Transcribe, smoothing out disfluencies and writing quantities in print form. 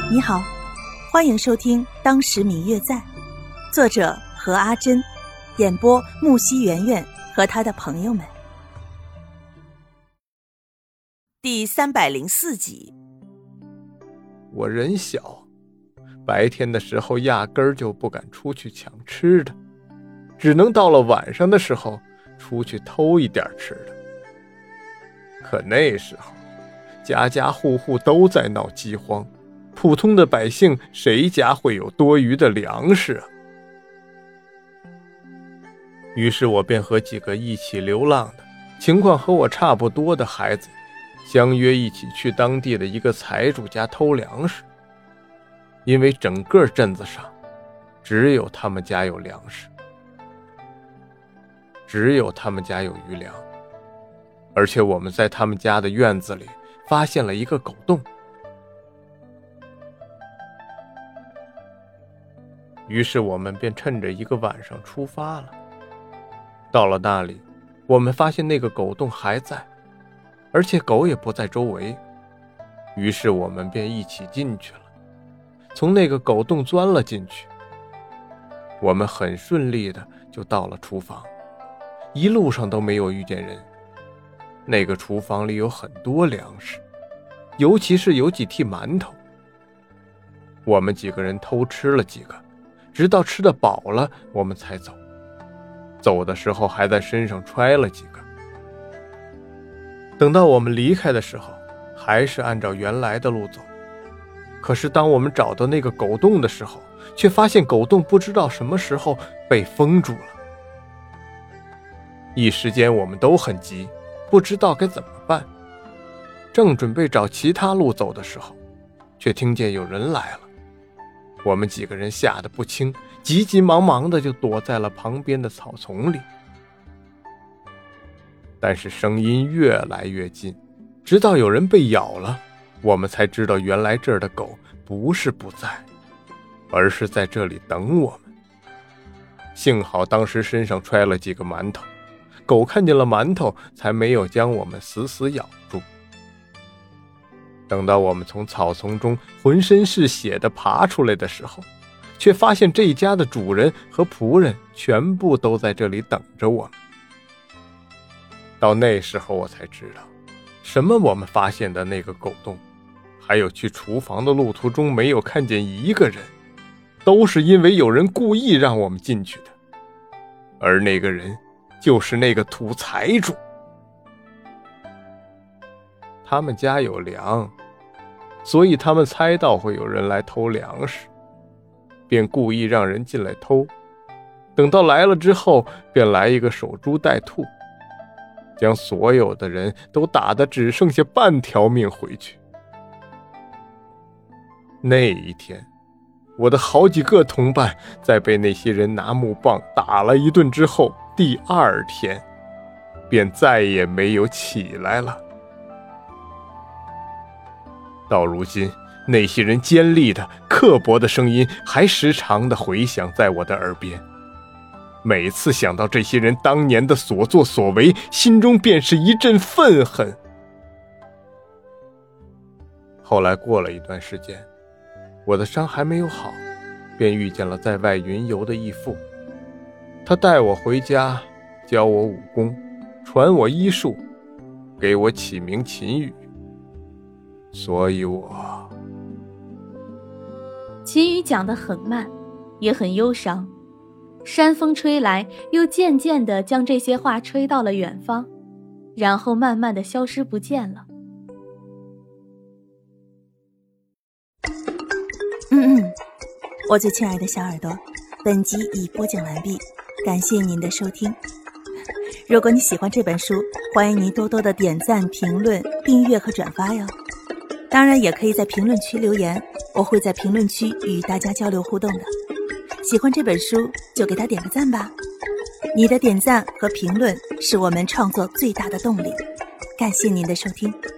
你好，欢迎收听《当时明月在》，作者何阿珍，演播木西圆圆和他的朋友们。第304集。 我人小，白天的时候压根儿就不敢出去抢吃的，只能到了晚上的时候出去偷一点吃的。可那时候家家户户都在闹饥荒，普通的百姓谁家会有多余的粮食啊？于是我便和几个一起流浪的情况和我差不多的孩子相约一起去当地的一个财主家偷粮食，因为整个镇子上只有他们家有粮食，只有他们家有余粮。而且我们在他们家的院子里发现了一个狗洞，于是我们便趁着一个晚上出发了。到了那里，我们发现那个狗洞还在，而且狗也不在周围，于是我们便一起进去了，从那个狗洞钻了进去。我们很顺利的就到了厨房，一路上都没有遇见人。那个厨房里有很多粮食，尤其是有几屉馒头。我们几个人偷吃了几个，直到吃得饱了我们才走，走的时候还在身上揣了几个。等到我们离开的时候，还是按照原来的路走。可是当我们找到那个狗洞的时候，却发现狗洞不知道什么时候被封住了。一时间我们都很急，不知道该怎么办。正准备找其他路走的时候，却听见有人来了。我们几个人吓得不轻，急急忙忙的就躲在了旁边的草丛里。但是声音越来越近，直到有人被咬了，我们才知道原来这儿的狗不是不在，而是在这里等我们。幸好当时身上揣了几个馒头，狗看见了馒头才没有将我们死死咬住。等到我们从草丛中浑身是血地爬出来的时候，却发现这一家的主人和仆人全部都在这里等着我们。到那时候我才知道，什么我们发现的那个狗洞，还有去厨房的路途中没有看见一个人，都是因为有人故意让我们进去的。而那个人就是那个土财主。他们家有粮，所以他们猜到会有人来偷粮食，便故意让人进来偷。等到来了之后，便来一个守株待兔，将所有的人都打得只剩下半条命回去。那一天，我的好几个同伴在被那些人拿木棒打了一顿之后，第二天便再也没有起来了。到如今，那些人尖利的刻薄的声音还时常地回响在我的耳边。每次想到这些人当年的所作所为，心中便是一阵愤恨。后来过了一段时间，我的伤还没有好，便遇见了在外云游的义父。他带我回家，教我武功，传我医术，给我起名秦羽。所以秦羽讲得很慢，也很忧伤。山风吹来，又渐渐地将这些话吹到了远方，然后慢慢地消失不见了。 我最亲爱的小耳朵，本集已播讲完毕，感谢您的收听。如果你喜欢这本书，欢迎您多多的点赞、评论、订阅和转发哟。当然也可以在评论区留言，我会在评论区与大家交流互动的。喜欢这本书就给它点个赞吧，你的点赞和评论是我们创作最大的动力。感谢您的收听。